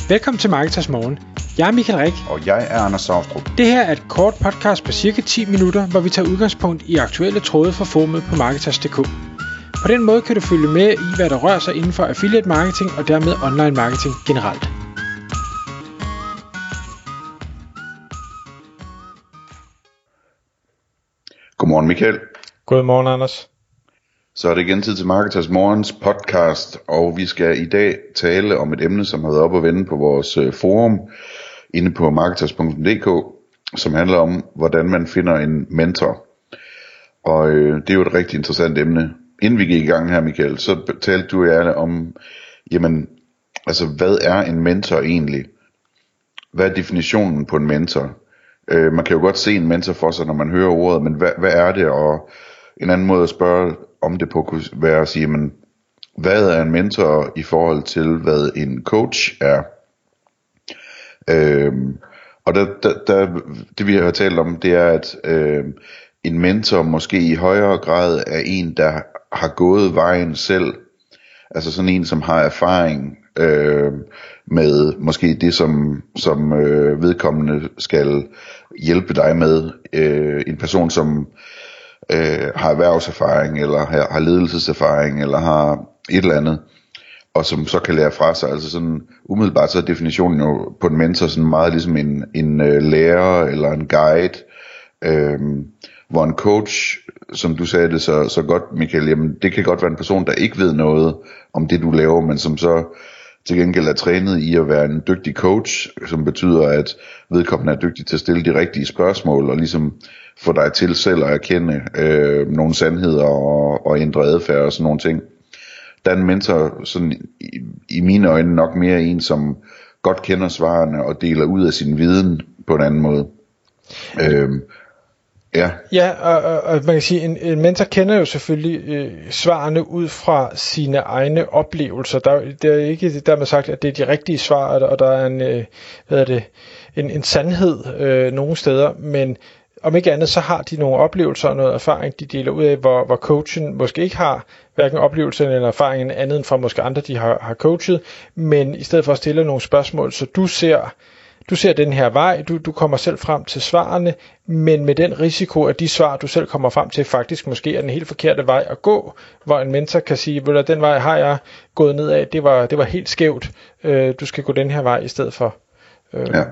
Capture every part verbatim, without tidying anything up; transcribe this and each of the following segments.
Velkommen til Marketers Morgen. Jeg er Michael Rik. Og jeg er Anders Saustrup. Det her er et kort podcast på cirka ti minutter, hvor vi tager udgangspunkt i aktuelle tråde fra forumet på Marketers punktum d k. På den måde kan du følge med i, hvad der rører sig inden for affiliate marketing og dermed online marketing generelt. Godmorgen Michael. Godmorgen Anders. Så er det igen tid til Marketers Morgens podcast, og vi skal i dag tale om et emne, som har været oppe at vende på vores øh, forum inde på Marketers punktum d k, som handler om, hvordan man finder en mentor. Og øh, det er jo et rigtig interessant emne. Inden vi gik i gang her, Michael, så talte du ærligt om, jamen, altså hvad er en mentor egentlig? Hvad er definitionen på en mentor? Øh, man kan jo godt se en mentor for sig, når man hører ordet, men hvad, hvad er det? Og en anden måde at spørge om det på kunne være at sige, men hvad er en mentor i forhold til, hvad en coach er? Øhm, og der, der, der, det vi har talt om, det er, at øhm, en mentor måske i højere grad er en, der har gået vejen selv. Altså sådan en, som har erfaring øh, med måske det, som, som øh, vedkommende skal hjælpe dig med. Øh, en person, som øh, har erhvervserfaring, eller har, har ledelseserfaring, eller har et eller andet, og som så kan lære fra sig. Altså sådan umiddelbart så er definitionen jo på en mentor sådan meget ligesom en, en øh, lærer eller en guide, øh, hvor en coach, som du sagde det så, så godt, Michael, jamen det kan godt være en person, der ikke ved noget om det du laver, men som så til gengæld er trænet i at være en dygtig coach, som betyder, at vedkommende er dygtig til at stille de rigtige spørgsmål, og ligesom få dig til selv at erkende øh, nogle sandheder og, og ændre adfærd og sådan nogle ting. Der er en mentor sådan, i, i mine øjne nok mere en, som godt kender svarene og deler ud af sin viden på en anden måde. Øh, Ja, ja og, og, og man kan sige, en, en mentor kender jo selvfølgelig øh, svarene ud fra sine egne oplevelser. Der, det er ikke dermed sagt, at det er de rigtige svar, og der er en, øh, hvad er det, en, en sandhed øh, nogle steder, men om ikke andet, så har de nogle oplevelser og noget erfaring, de deler ud af, hvor, hvor coachen måske ikke har hverken oplevelsen eller erfaringen andet end fra måske andre, de har, har coachet, men i stedet for at stille nogle spørgsmål, så du ser Du ser den her vej, du, du kommer selv frem til svarene, men med den risiko, at de svar, du selv kommer frem til, faktisk måske er den helt forkerte vej at gå, hvor en mentor kan sige, at den vej har jeg gået ned af, det var, det var helt skævt, øh, du skal gå den her vej i stedet for. Øh. Ja.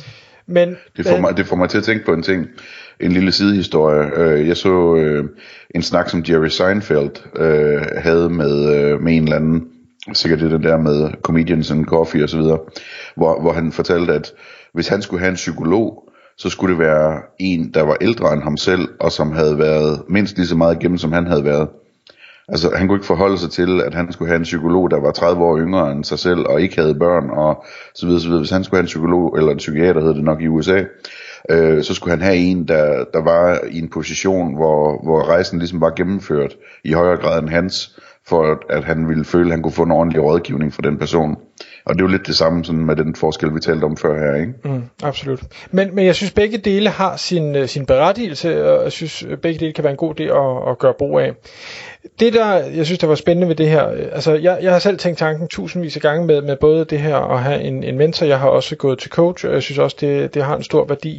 Men, det, får mig, det får mig til at tænke på en ting, en lille sidehistorie. Jeg så øh, en snak, som Jerry Seinfeld øh, havde med, øh, med en eller anden, sikkert det der med comedians and coffee og så videre, hvor, hvor han fortalte, at hvis han skulle have en psykolog, så skulle det være en, der var ældre end ham selv, og som havde været mindst lige så meget igennem, som han havde været. Altså han kunne ikke forholde sig til, at han skulle have en psykolog, der var tredive år yngre end sig selv, og ikke havde børn, og så videre, så videre. Hvis han skulle have en psykolog, eller en psykiater hed det nok i U S A, øh, så skulle han have en, der, der var i en position, hvor, hvor rejsen ligesom var gennemført i højere grad end hans, for at han ville føle, at han kunne få en ordentlig rådgivning fra den person. Og det er jo lidt det samme sådan med den forskel, vi talte om før her, ikke? Mm, absolut. Men, men jeg synes, begge dele har sin, sin berettigelse, og jeg synes, begge dele kan være en god idé at, at gøre brug af. Det der, jeg synes, der var spændende ved det her, altså jeg, jeg har selv tænkt tanken tusindvis af gange med, med både det her at have en, en mentor, jeg har også gået til coach, og jeg synes også, det, det har en stor værdi.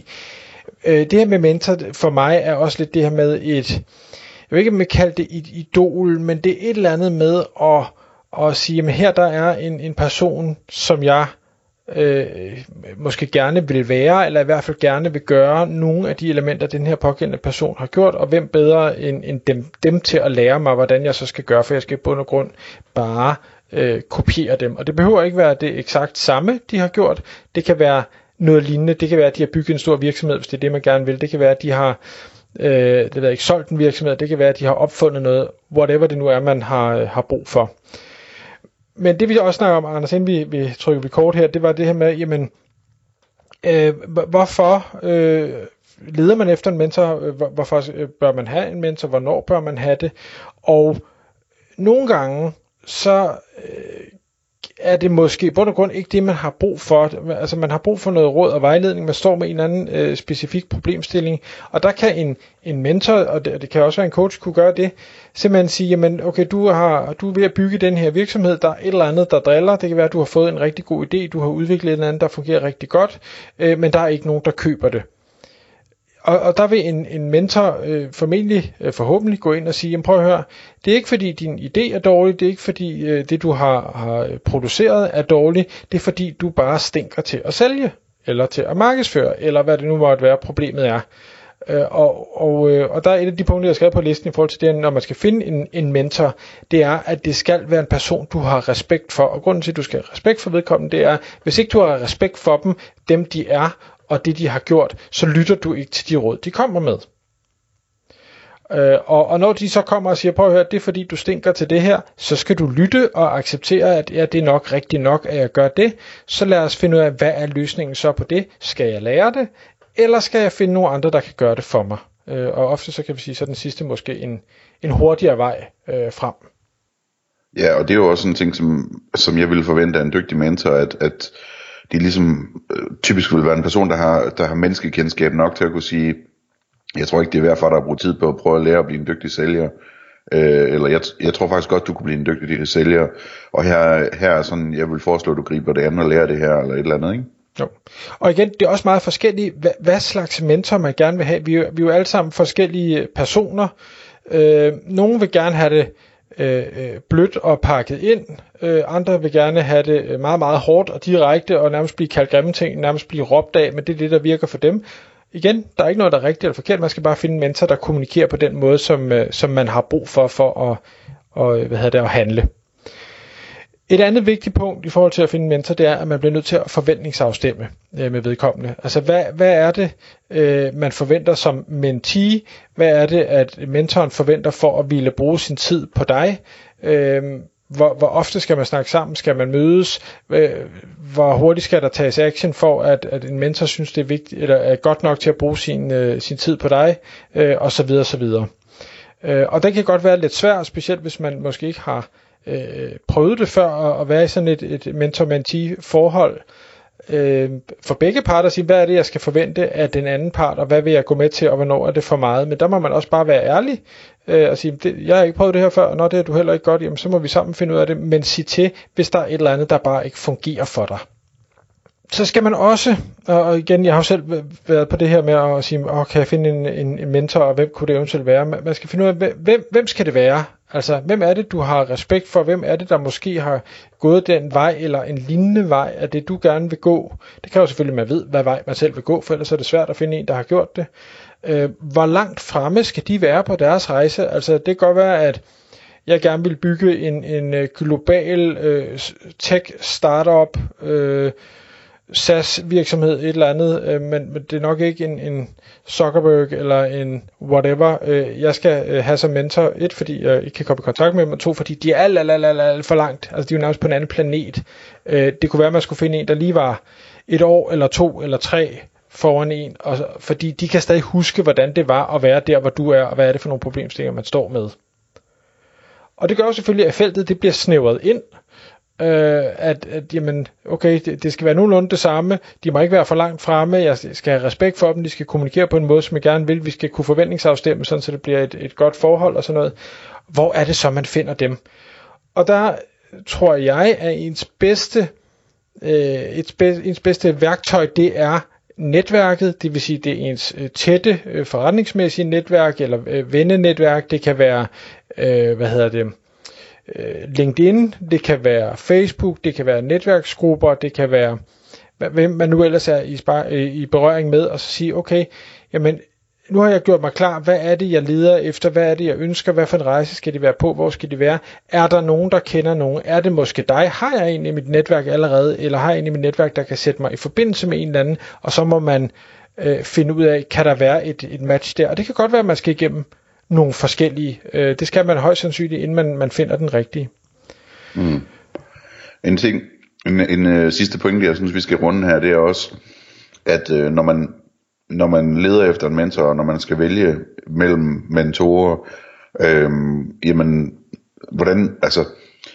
Det her med mentor for mig er også lidt det her med et, jeg ved ikke om jeg kalder det et idol, men det er et eller andet med at, at sige, at her der er en, en person, som jeg øh, måske gerne vil være, eller i hvert fald gerne vil gøre nogle af de elementer, den her pågældende person har gjort, og hvem bedre end, end dem, dem til at lære mig, hvordan jeg så skal gøre, for jeg skal i bund og grund bare øh, kopiere dem. Og det behøver ikke være det eksakt samme, de har gjort. Det kan være noget lignende. Det kan være, at de har bygget en stor virksomhed, hvis det er det, man gerne vil. Det kan være, at de har Øh, det ved jeg ikke, solgt en virksomhed, det kan være, at de har opfundet noget, whatever det nu er, man har, har brug for. Men det vi også snakker om, Anders, inden vi, vi trykker vi kort her, det var det her med, jamen, øh, hvorfor øh, leder man efter en mentor, hvorfor bør man have en mentor, hvornår bør man have det, og nogle gange, så øh, er det måske på grund ikke det, man har brug for. Altså man har brug for noget råd og vejledning, man står med en eller anden øh, specifik problemstilling, og der kan en, en mentor, og det, det kan også være en coach, kunne gøre det, simpelthen sige, jamen okay, du, har, du er ved at bygge den her virksomhed, der er et eller andet, der driller, det kan være, at du har fået en rigtig god idé, du har udviklet et eller andet, der fungerer rigtig godt, øh, men der er ikke nogen, der køber det. Og, og der vil en, en mentor øh, formentlig, øh, forhåbentlig gå ind og sige, jamen prøv at høre, det er ikke fordi din idé er dårlig, det er ikke fordi øh, det du har, har produceret er dårligt, det er fordi du bare stinker til at sælge, eller til at markedsføre, eller hvad det nu måtte være, problemet er. Øh, og, og, øh, og der er et af de punkter, jeg har skrevet på listen i forhold til det, når man skal finde en, en mentor, det er, at det skal være en person, du har respekt for. Og grunden til, at du skal have respekt for vedkommende, det er, hvis ikke du har respekt for dem, dem de er, og det de har gjort, så lytter du ikke til de råd, de kommer med. Øh, og, og når de så kommer og siger, prøv at høre, det er fordi du stinker til det her, så skal du lytte og acceptere, at ja, det er nok rigtigt nok, at jeg gør det. Så lad os finde ud af, hvad er løsningen så på det? Skal jeg lære det? Eller skal jeg finde nogle andre, der kan gøre det for mig? Øh, og ofte så kan vi sige, så den sidste måske en, en hurtigere vej øh, frem. Ja, og det er jo også en ting, som, som jeg ville forvente af en dygtig mentor, at, at det ligesom øh, typisk vil være en person, der har, der har menneskekendskab nok til at kunne sige, jeg tror ikke, det er værd for dig at bruge tid på at prøve at lære at blive en dygtig sælger. Øh, eller jeg, jeg tror faktisk godt, du kunne blive en dygtig sælger. Og her, her er sådan, jeg vil foreslå, at du griber det andet og lærer det her, eller et eller andet, ikke? Jo. Og igen, det er også meget forskelligt, hvad, hvad slags mentor man gerne vil have. Vi er, vi er jo alle sammen forskellige personer. Øh, nogle vil gerne have det øh, blødt og pakket ind. Øh, andre vil gerne have det meget, meget hårdt og direkte, og nærmest blive kaldt grimme ting, nærmest blive råbt af, men det er det, der virker for dem. Igen, der er ikke noget, der er rigtigt eller forkert. Man skal bare finde en mentor, der kommunikerer på den måde, som, som man har brug for, for at, og, hvad hedder det, at handle. Et andet vigtigt punkt i forhold til at finde en mentor, det er, at man bliver nødt til at forventningsafstemme øh, med vedkommende. Altså, hvad, hvad er det, øh, man forventer som mentee? Hvad er det, at mentoren forventer for at ville bruge sin tid på dig? Øh, hvor, hvor ofte skal man snakke sammen? Skal man mødes? Øh, hvor hurtigt skal der tages action for, at, at en mentor synes, det er vigtigt, eller er godt nok til at bruge sin, øh, sin tid på dig? Øh, og så videre, så videre. Øh, og det kan godt være lidt svært, specielt hvis man måske ikke har Øh, prøvet det før at, at være i sådan et, et mentor-mentee forhold øh, for begge parter at sige, hvad er det jeg skal forvente af den anden part, og hvad vil jeg gå med til, og hvornår er det for meget. Men der må man også bare være ærlig øh, og sige, det, jeg har ikke prøvet det her før, og når det er du heller ikke godt, jamen så må vi sammen finde ud af det, men sig til, hvis der er et eller andet, der bare ikke fungerer for dig. Så skal man også, og igen, jeg har jo selv været på det her med at sige, åh, kan jeg finde en, en, en mentor, og hvem kunne det eventuelt være? Man skal finde ud af, hvem, hvem skal det være? Altså, hvem er det, du har respekt for? Hvem er det, der måske har gået den vej, eller en lignende vej af det, du gerne vil gå? Det kan jo selvfølgelig, man ved, hvad vej man selv vil gå, for ellers er det svært at finde en, der har gjort det. Øh, hvor langt fremme skal de være på deres rejse? Altså, det kan godt være, at jeg gerne vil bygge en, en global øh, tech-startup, øh, SaaS virksomhed, et eller andet, øh, men, men det er nok ikke en, en Zuckerberg eller en whatever, øh, jeg skal øh, have som mentor. Et, fordi jeg ikke kan komme i kontakt med dem, og to, fordi de er alt, alt, alt, alt, alt for langt. Altså, de er jo nærmest på en anden planet. Øh, det kunne være, at man skulle finde en, der lige var et år, eller to, eller tre foran en, og, fordi de kan stadig huske, hvordan det var at være der, hvor du er, og hvad er det for nogle problemstillinger, man står med. Og det gør jo selvfølgelig, at feltet det bliver snævret ind, Øh, at, at jamen, okay, det, det skal være nogenlunde det samme, de må ikke være for langt fremme, jeg skal have respekt for dem, de skal kommunikere på en måde, som jeg gerne vil, vi skal kunne forventningsafstemme, sådan så det bliver et, et godt forhold og sådan noget. Hvor er det så, man finder dem? Og der tror jeg, at ens bedste, øh, et spe, ens bedste værktøj, det er netværket, det vil sige, det er ens øh, tætte øh, forretningsmæssige netværk, eller øh, vennenetværk, det kan være, øh, hvad hedder det, LinkedIn, det kan være Facebook, det kan være netværksgrupper, det kan være, hvem man nu ellers er i, spar- i berøring med, og så sige, okay, jamen, nu har jeg gjort mig klar, hvad er det, jeg leder efter, hvad er det, jeg ønsker, hvad for en rejse skal de være på, hvor skal de være, er der nogen, der kender nogen, er det måske dig, har jeg egentlig mit netværk allerede, eller har jeg egentlig mit netværk, der kan sætte mig i forbindelse med en eller anden, og så må man øh, finde ud af, kan der være et, et match der, og det kan godt være, at man skal igennem nogle forskellige. Øh, det skal man højst sandsynligt, inden man, man finder den rigtige. Mm. En ting, en, en uh, sidste pointe, jeg synes, vi skal runde her, det er også, at uh, når man når man leder efter en mentor, og når man skal vælge mellem mentorer, øh, jamen, hvordan, altså,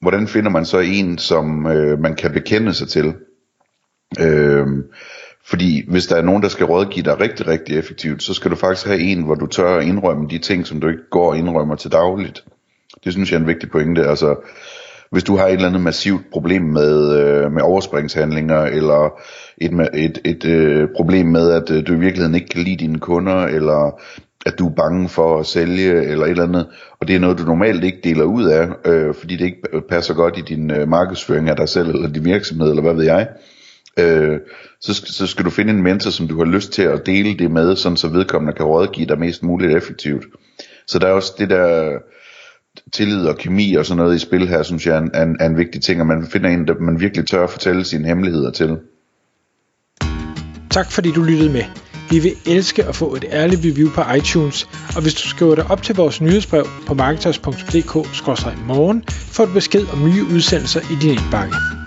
hvordan finder man så en, som øh, man kan bekende sig til? Øh, fordi hvis der er nogen, der skal rådgive dig rigtig, rigtig effektivt, så skal du faktisk have en, hvor du tør at indrømme de ting, som du ikke går og indrømmer til dagligt. Det synes jeg er en vigtig pointe. Altså, hvis du har et eller andet massivt problem med, øh, med overspringshandlinger, eller et, et, et øh, problem med, at øh, du i virkeligheden ikke kan lide dine kunder, eller at du er bange for at sælge, eller et eller andet, og det er noget, du normalt ikke deler ud af, øh, fordi det ikke passer godt i din øh, markedsføring af dig selv, eller din virksomhed, eller hvad ved jeg, øh, så, så skal du finde en mentor, som du har lyst til at dele det med, sådan så vedkommende kan rådgive dig mest muligt effektivt. Så der er også det der tillid og kemi og sådan noget i spil her, synes jeg er en, er en vigtig ting, og man finder en, der man virkelig tør at fortælle sine hemmeligheder til. Tak fordi du lyttede med. Vi vil elske at få et ærligt review på iTunes, og hvis du skriver dig op til vores nyhedsbrev på marketers punktum d k skråstreg morgen, får du besked om nye udsendelser i din indbakke.